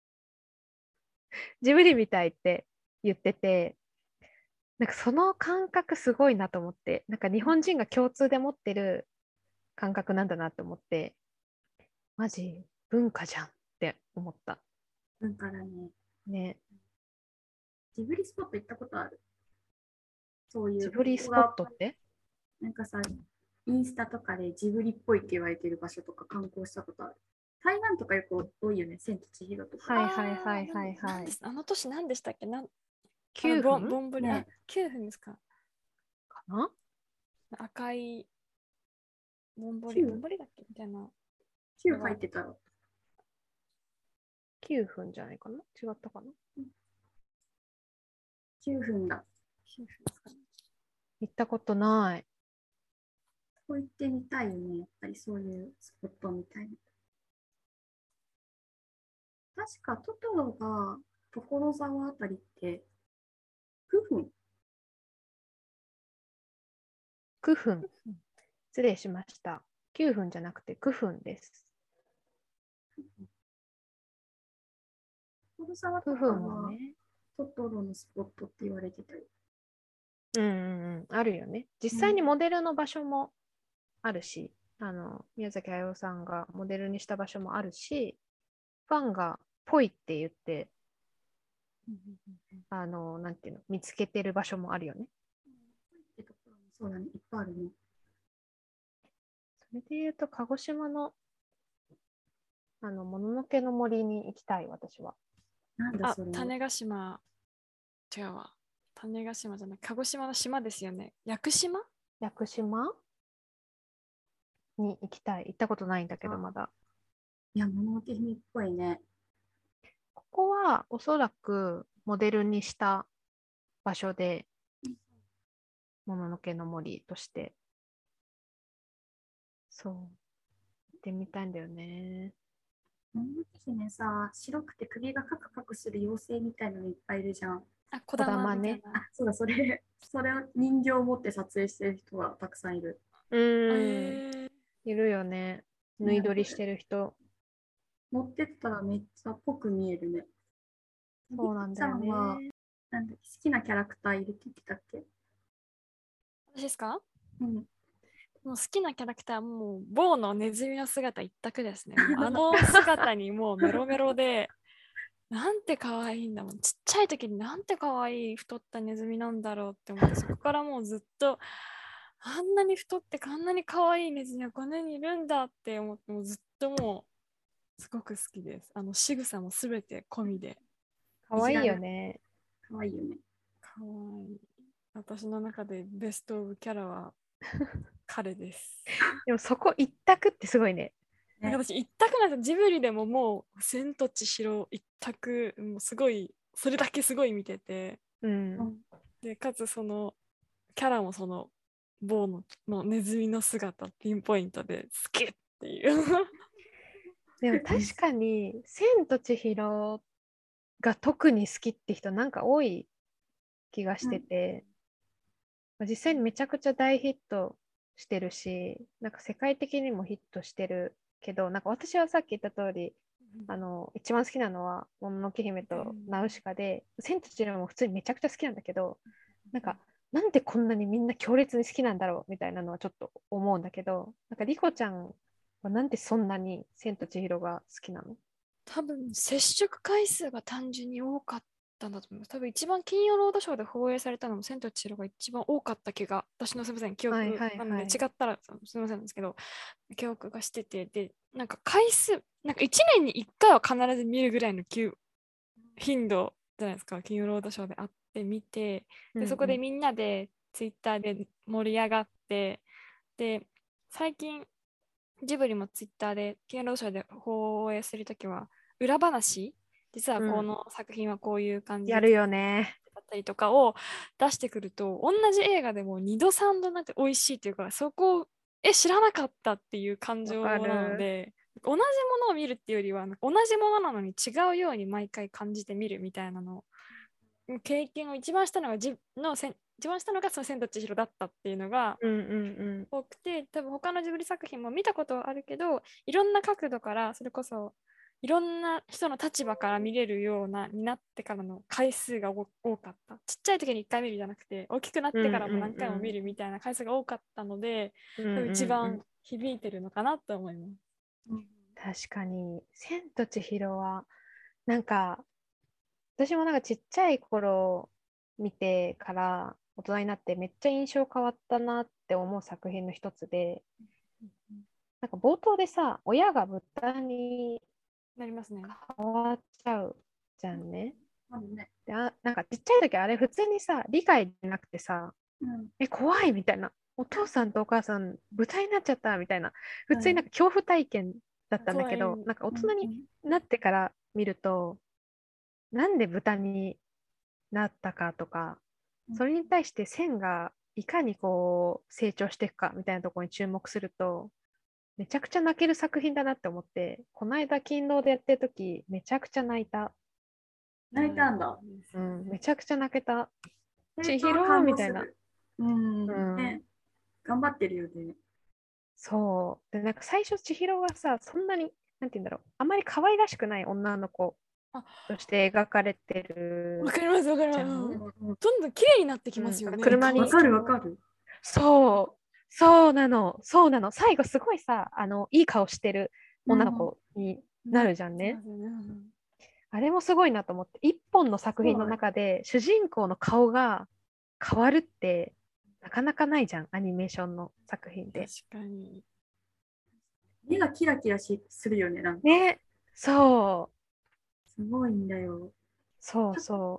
S2: ジブリみたいって言ってて、なんかその感覚すごいなと思って、なんか日本人が共通で持ってる感覚なんだなと思って、マジ文化じゃんって思った。
S3: 文化だね。
S2: ね。
S3: ジブリスポット行ったことある？そういう。
S2: ジブリスポットって？
S3: なんかさ、インスタとかでジブリっぽいって言われてる場所とか観光したことある？台湾とかよく多いよね、千と千尋とか。
S4: あの年何でしたっけ
S2: ？9分？
S4: ボンボリ、
S3: ね、
S4: 9分ですか
S2: な
S4: 赤いボンボリだっけみたいな。
S3: 9入ってたら。
S2: 9分じゃないかな？違ったかな？
S3: 9分だ。
S4: 9分ですかね。
S2: 行ったことない。
S3: そう行ってみたいよね、やっぱりそういうスポットみたいな。確かトトロが所沢あたりって9分。
S2: 9分。失礼しました。9分じゃなくて9分です。
S3: 所沢とかはトトロのスポットって言われてたよ。
S2: あるよね。実際にモデルの場所もあるし、宮崎駿さんがモデルにした場所もあるし、ファンがぽいって言って、なんていうの、見つけてる場所もあるよね。
S3: そうだね、いっぱいあるね。
S2: それで言うと、鹿児島の、もののけの森に行きたい、私は。
S3: なんだそれ。
S4: 種子島、違うわ。種子島じゃない、鹿児島の島ですよね。屋久島に行きたい。行ったことないんだけど、まだ。
S3: いや、もののけ姫っぽいね。
S2: ここはおそらくモデルにした場所で、もののけの森として。そう。行ってみたいんだよね。
S3: もののけ姫さ、白くて首がカクカクする妖精みたいなのいっぱいいるじゃん。
S4: 小玉ね。
S3: そうだ、それを人形を持って撮影してる人がたくさんいる。
S2: いるよね。縫い撮りしてる人。
S3: 持ってったらめっちゃっぽく見えるね。
S2: そうなんだよね。
S3: なんだ好きなキャラクターいるって言ってたっけ？
S4: 私ですか？
S3: うん。
S4: もう好きなキャラクターはもう某のネズミの姿一択ですね。もうあの姿にもうメロメロで、なんて可愛いんだもん。ちっちゃい時になんて可愛い太ったネズミなんだろうって思って、そこからもうずっとあんなに太ってあんなに可愛いネズミはこの世にいるんだって思って、もうずっともうすごく好きです。仕草もすべて込みで。
S2: かわいいよね。
S3: かわいいよね。
S4: 可愛い。私の中でベストオブキャラは彼です。
S2: でもそこ一択ってすごいね。
S4: なんか私一択なんですよ。ジブリでももう千と千尋一択、もうすごい、それだけすごい見てて、
S2: うん。
S4: でかつそのキャラもその某のネズミの姿ピンポイントで好きっていう
S2: でも確かに「千と千尋」が特に好きって人なんか多い気がしてて、実際にめちゃくちゃ大ヒットしてるし、なんか世界的にもヒットしてるけど、なんか私はさっき言った通り、一番好きなのは「もののけ姫」と「ナウシカ」で、千と千尋も普通にめちゃくちゃ好きなんだけど、なんでこんなにみんな強烈に好きなんだろうみたいなのはちょっと思うんだけど、なんかリコちゃんはなんでそんなに千と千尋が好きなの？
S4: 多分接触回数が単純に多かったんだと思います。多分一番金曜ロードショーで放映されたのも千と千尋が一番多かった気が、私のすみません、記憶なので違ったらすみませんですけど、記憶がしてて、で、なんか回数、なんか1年に1回は必ず見るぐらいの頻度じゃないですか、金曜ロードショーで会ってみて、でそこでみんなでツイッターで盛り上がって、で、最近、ジブリもツイッターで金曜ロードショーで放映するときは裏話、実はこの作品はこういう感じで
S2: やるよね
S4: だったりとかを出してくると、同じ映画でも2度3度なんて美味しいというか、そこを知らなかったっていう感情なので、同じものを見るっていうよりは同じものなのに違うように毎回感じて見るみたいなの経験を一番したのがその千と千尋だったっていうのが多くて、多分他のジブリ作品も見たことはあるけど、いろんな角度からそれこそいろんな人の立場から見れるようなになってからの回数が多かった。ちっちゃい時に1回見るじゃなくて、大きくなってからも何回も見るみたいな回数が多かったので、多分一番響いてるのかなと思います。
S2: 確かに千と千尋はなんか私もなんかちっちゃい頃見てから大人になってめっちゃ印象変わったなって思う作品の一つで、なんか冒頭でさ、親が豚に
S4: なりますね。
S2: 変わっちゃうじゃんね。でなんかちっちゃい時あれ普通にさ理解なくてさ、怖いみたいな、お父さんとお母さん豚になっちゃったみたいな、普通になんか恐怖体験だったんだけど、なんか大人になってから見ると、なんで豚になったかとか、それに対して線がいかにこう成長していくかみたいなところに注目すると、めちゃくちゃ泣ける作品だなって思って、この間勤労でやってる時めちゃくちゃ泣いた。
S3: 泣いたんだ。
S2: めちゃくちゃ泣けた。千尋みたいな。
S3: ね、頑張ってるよね。
S2: そう。で、なんか最初千尋がさ、そんなに、なんて言うんだろう、あまり可愛らしくない女の子として描かれてる。
S4: わかります、わかります。どんどん綺麗になってきますよね。
S2: 車に。
S3: わかるわかる。
S2: そうなの。最後すごいさ、いい顔してる女の子になるじゃんね。あれもすごいなと思って、一本の作品の中で主人公の顔が変わるってなかなかないじゃん、アニメーションの作品で。
S4: 確かに。
S3: 目がキラキラするよね、なんか。
S2: ね、そう。
S3: すごいんだよ。
S2: そうそう。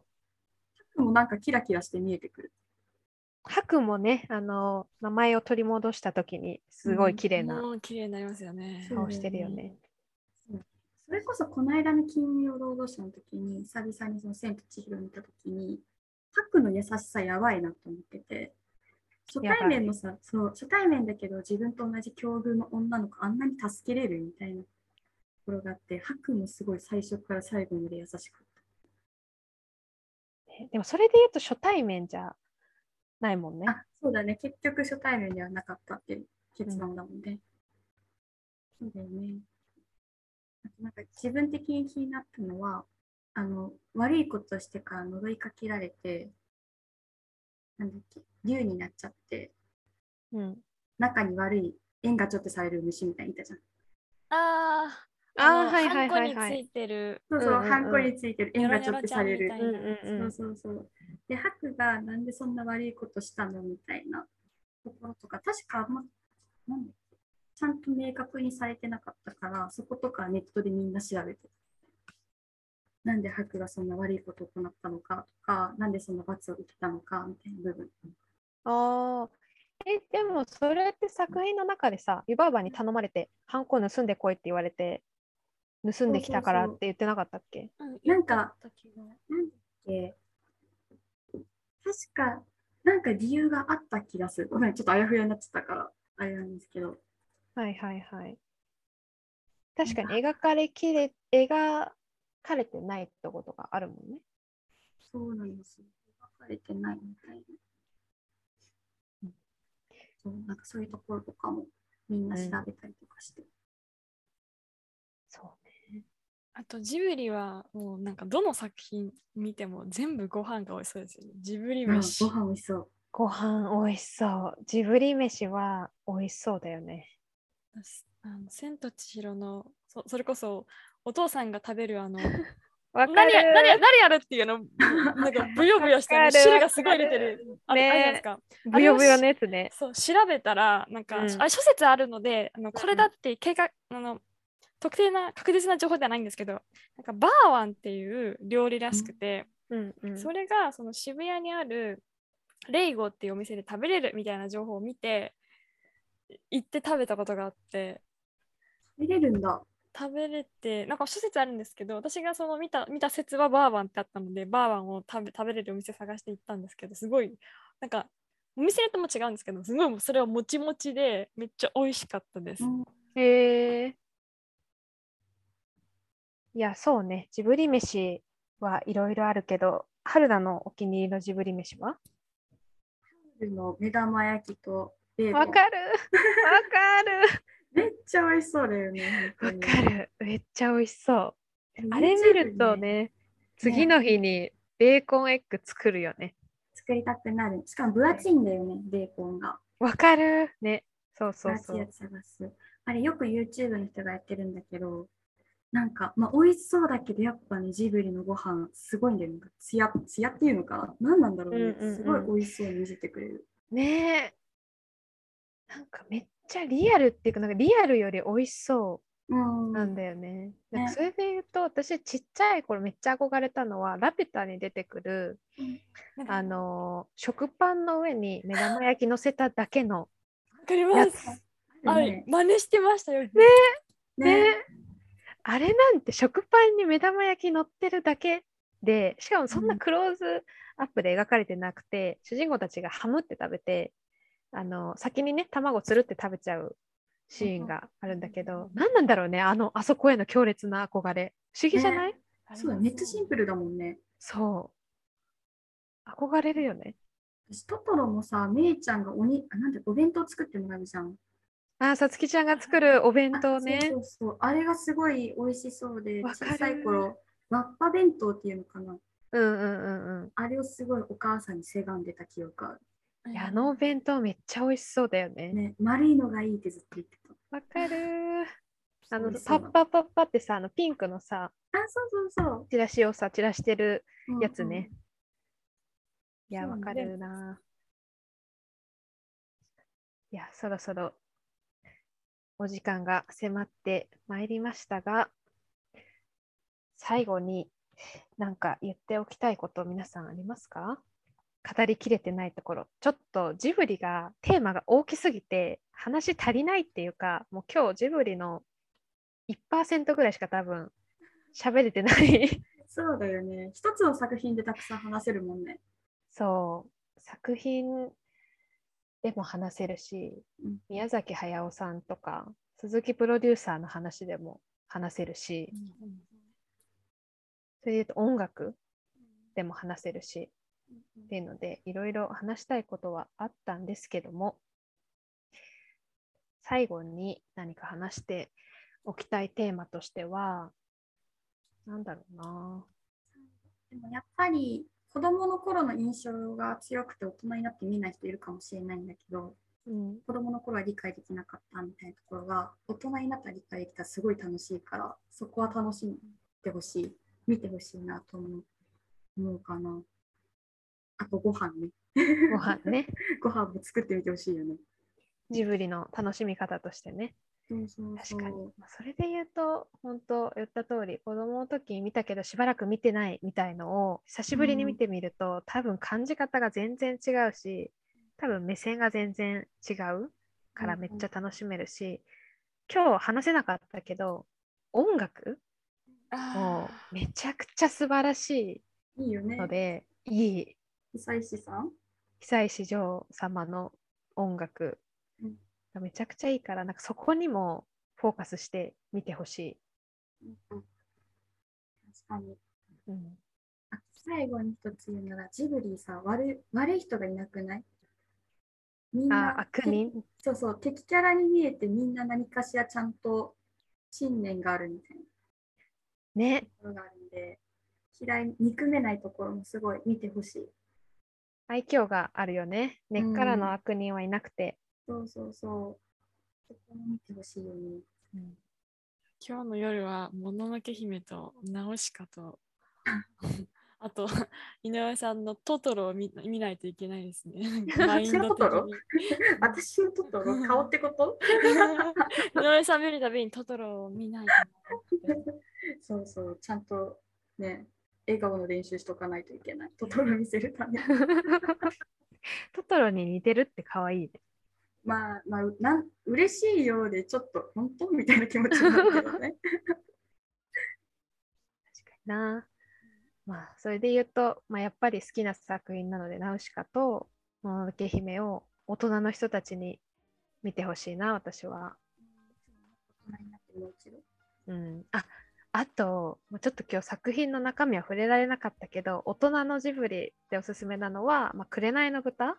S3: もなんかキラキラして見えてくる。
S2: ハクもね、名前を取り戻したときにすごい綺麗な
S4: 綺麗になりますよね。
S2: 顔してるよね。
S3: それこそこの間の金曜ロードショーの時に久々にその千と千尋を見た時にハクの優しさやばいなと思ってて、初対面のさ、初対面だけど自分と同じ境遇の女の子あんなに助けれるみたいなところがあって、ハクもすごい最初から最後まで優しかった。
S2: でもそれで言うと初対面じゃないもんね。
S3: そうだね、結局初対面ではなかったっていう結論だもんね。そうだよね。なんか自分的に気になったのは、悪いことしてから呪いかけられて、なんだっけ、竜になっちゃって、 中に悪い縁がちょっとされる虫みたいにいたじゃん。
S2: はいはい
S4: ハンコ
S2: はいはい。
S4: についてる
S3: そうそう、
S2: うんうんうん
S3: ハンコについてる縁がちょっ
S4: ニョロニョロちゃ
S3: とされる。
S4: んみたいな。
S2: うん
S3: そうそうそう。で、ハクがなんでそんな悪いことしたのみたいなところとか、確かなんだっけちゃんと明確にされてなかったから、そことかネットでみんな調べて、なんでハクがそんな悪いことを行ったのかとか、なんでそんな罰を受けたのかみたいな部分。
S2: ああ。でもそれって作品の中でさ、湯婆婆に頼まれて、ハンコ盗んでこいって言われて、盗ん
S3: そう
S2: できたからって
S3: そうそう。
S2: 言ってなかったっけ？
S3: なんか、なんだっけ、確か、なんか理由があった気がする。ごめん、ちょっとあやふやになっちゃったから、あれなんですけど。
S2: はいはいはい。確かに描かれてないとことがあるもんね。
S3: そうなんですよ。書かれてないみたいな。そう、なんかそういうところとかもみんな調べたりとかして。
S2: そうね。
S4: あとジブリはもうなんかどの作品見ても全部ご飯が美味しそうですよね。ジブリ
S3: うん、ご
S4: 飯。
S3: 飯美味しそう。
S2: ご飯美味しそう。ジブリ飯は美味しそうだよね。
S4: 千と千尋のそれこそお父さんが食べる
S2: わかる
S4: 何やるっていうなんかブヨブヨして汁がすごい出てるあるじゃないですか。
S2: ブヨブヨのやつね。
S4: そう調べたらなんか、
S2: うん
S4: 諸説あるのでこれだって計画特定な確実な情報ではないんですけど、なんかバーワンっていう料理らしくて、それがその渋谷にあるレイゴっていうお店で食べれるみたいな情報を見て行って食べたことがあって、
S3: 見れるんだ。
S4: 食べれてなんか諸説あるんですけど、私がその見た説はバーワンってあったので、バーワンを食べれるお店探して行ったんですけど、すごいなんかお店によっても違うんですけど、すごいそれはもちもちでめっちゃ美味しかったです。
S2: へえ。いや、そうね。ジブリ飯はいろいろあるけど、春菜のお気に入りのジブリ飯は？
S3: の目玉焼きとベーコン。
S2: わかる。わかる。
S3: めっちゃ美味しそうだよね。
S2: わかる。めっちゃ美味しそう。あれ見
S3: YouTube
S2: ると
S3: ね、
S2: ね、次の日にベーコンエッグ作るよね。
S3: 作りたくなる。しかも分厚いんだよね、ベーコンが。
S2: わかる。ね。そうそ
S3: 分
S2: うそう。
S3: 厚いやつ探す。あれよく YouTube の人がやってるんだけど、なんか、まあ、美味しそうだけど、やっぱね、ジブリのご飯すごいんだよね。ツヤっていうのかな、何なんだろうね。すごい美味しそうに見せてくれる。
S2: ねえ。なんかめっちゃリアルっていうか、なんかリアルより美味しそうなんだよね。なんかそれで言うと、私ちっちゃい頃めっちゃ憧れたのは、ラピュタに出てくる、食パンの上に目玉焼き乗せただけの
S4: わかりま
S2: やつ。
S4: す。真似してましたよ。
S2: ねあれなんて食パンに目玉焼き乗ってるだけで、しかもそんなクローズアップで描かれてなくて、主人公たちがハムって食べて、先にね、卵つるって食べちゃうシーンがあるんだけど、何なんだろうね、あそこへの強烈な憧れ。不思議じゃない？
S3: そうだ、めっちゃシンプルだもんね。
S2: そう。憧れるよね。
S3: 私、トトロもさ、めいちゃんがなんでお弁当作ってもらうじゃん。
S2: さつきちゃんが作るお弁当ね。
S3: そう。あれがすごい美味しそうで、小さい頃、わっぱ弁当っていうのかな。あれをすごいお母さんにせがんでた記憶ある。
S2: いや、お弁当めっちゃ美味しそうだよね。
S3: 丸いのがいいってずっと言ってた。
S2: わかる。パッパッパってさ、ピンクのさ、
S3: そう。
S2: チラシをさ、散らしてるやつね。いや、わかるな。いや、そろそろお時間が迫ってまいりましたが、最後に何か言っておきたいこと皆さんありますか？語りきれてないところ。ちょっとジブリがテーマが大きすぎて話足りないっていうか、もう今日ジブリの 1% ぐらいしか多分喋れてない
S3: そうだよね。一つの作品でたくさん話せるもんね。
S2: そう。作品でも話せるし、宮崎駿さんとか鈴木プロデューサーの話でも話せるし、それで言うと音楽でも話せるし、っていうのでいろいろ話したいことはあったんですけども、最後に何か話しておきたいテーマとしてはなんだろうな。
S3: でもやっぱり子供の頃の印象が強くて大人になって見ない人いるかもしれないんだけど、 子供の頃は理解できなかったみたいなところが大人になったら理解できたらすごい楽しいから、そこは楽しんでほしい、見てほしいなと思うかな。あとご飯ね。
S2: ご飯ね。
S3: ご飯も作ってみてほしいよね。
S2: ジブリの楽しみ方としてね。
S3: そうそうそう。
S2: 確かに。それで言うと、本当言った通り、子供の時に見たけどしばらく見てないみたいのを久しぶりに見てみると、多分感じ方が全然違うし、多分目線が全然違うからめっちゃ楽しめるし、今日話せなかったけど、音楽もうめちゃくちゃ素晴らしいので、いい。
S3: 久石さん？
S2: 久石譲様の音楽がめちゃくちゃいいから、なんかそこにもフォーカスして見てほしい。
S3: 確かに。
S2: あ、
S3: 最後に一つ言うなら、ジブリさ、悪い人がいなくない？みんな
S2: 悪人？
S3: そうそう、敵キャラに見えてみんな何かしらちゃんと信念があるみたいな
S2: ね。
S3: ところがあるんで、憎めないところもすごい見てほしい。
S2: 愛嬌があるよね。根っからの悪人はいなくて。
S3: そうそうそう。そこも見てほしいよね。
S5: 今日の夜はもののけ姫とナウシカとあと井上さんのトトロを見ないといけないですね。マインド的に。
S3: 私のトトロ顔ってこと？
S5: 井上さん見るたびにトトロを見ないとなって。
S3: そうそう、ちゃんとね、笑顔の練習しとかないといけない。トトロ見せるために。
S2: トトロに似てるって可愛いね。
S3: まあ、嬉しいようでちょっと本当みたいな気持ちになるけどね。
S2: 確かにな。まあ、それで言うと、やっぱり好きな作品なので、ナウシカともののけ姫を大人の人たちに見てほしいな、私は。あと、ちょっと今日作品の中身は触れられなかったけど、大人のジブリでおすすめなのは、紅の豚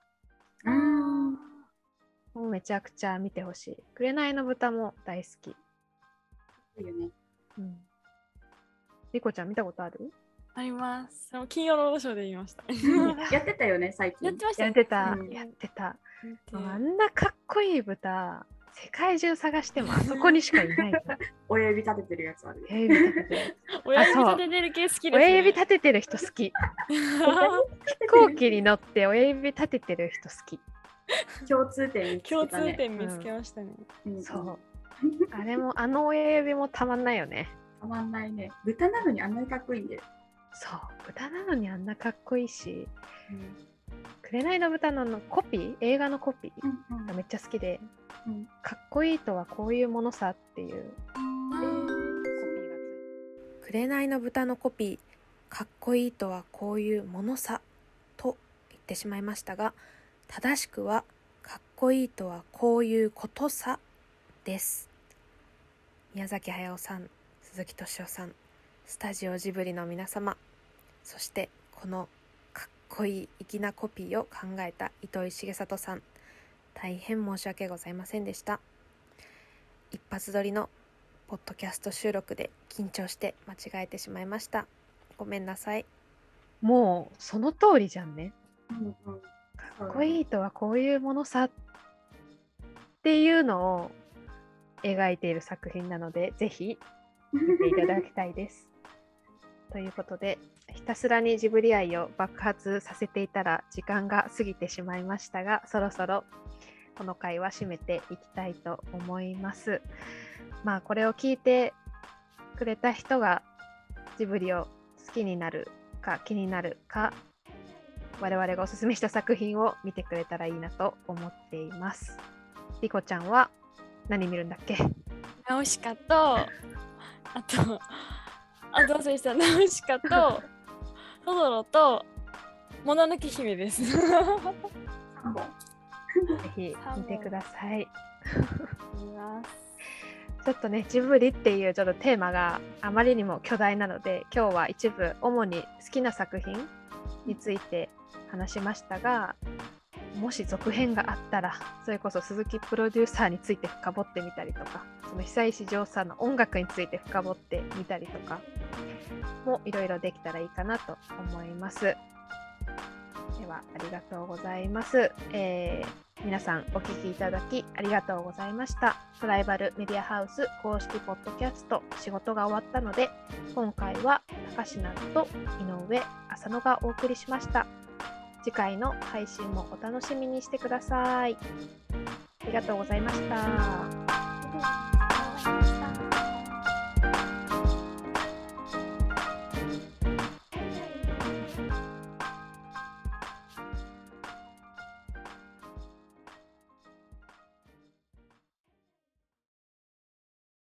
S2: もうめちゃくちゃ見てほしい。紅の豚も大好き。
S3: いいよね。
S2: リコちゃん見たことある？
S5: あります。金曜ロードショーで見ました。
S3: やってたよね、最近。
S5: やってました。
S2: やってた。あんなかっこいい豚、世界中探してもあそこにしかいない。
S3: 親指立ててるやつある。
S5: 親指立ててる系好きですね。
S2: 親指立ててる人好き。飛行機に乗って親指立ててる人好き。
S3: 共通点
S5: 見つけましたね。
S2: そう。あれも親指もたまんないよね。
S3: たまんないね。豚なのにあんなにかっこいいんで。
S2: そう、豚なのにあんなかっこいいし、紅の豚のコピー、映画のコピーがめっちゃ好きで、かっこいいとはこういうものさっていうコピーがついて、紅の豚のコピー、かっこいいとはこういうものさと言ってしまいましたが、正しくはかっこいいとはこういうことさです。宮崎駿さん、鈴木敏夫さん、スタジオジブリの皆様、そしてこのかっこいい粋なコピーを考えた糸井重里さん、大変申し訳ございませんでした。一発撮りのポッドキャスト収録で緊張して間違えてしまいました。ごめんなさい。もうその通りじゃんね。かっこいいとはこういうものさっていうのを描いている作品なので、ぜひ見ていただきたいです。ということで、ひたすらにジブリ愛を爆発させていたら時間が過ぎてしまいましたが、そろそろこの回は締めていきたいと思います。これを聞いてくれた人がジブリを好きになるか気になるか、我々がおすすめした作品を見てくれたらいいなと思っています。リコちゃんは何見るんだっけ？
S5: ナウシカと、あと忘れした、ナウシカとトトロともののけ姫です。ぜ
S2: ひ見てください。ちょっとね、ジブリっていうちょっとテーマがあまりにも巨大なので、今日は一部主に好きな作品について話しましたが、もし続編があったら、それこそ鈴木プロデューサーについて深掘ってみたりとか、その久石譲さんの音楽について深掘ってみたりとかもいろいろできたらいいかなと思います。ではありがとうございます。 皆さんお聞きいただきありがとうございました。トライバルメディアハウス公式ポッドキャスト、仕事が終わったので、今回は高階と井上浅野がお送りしました。次回の配信もお楽しみにしてください。ありがとうございました。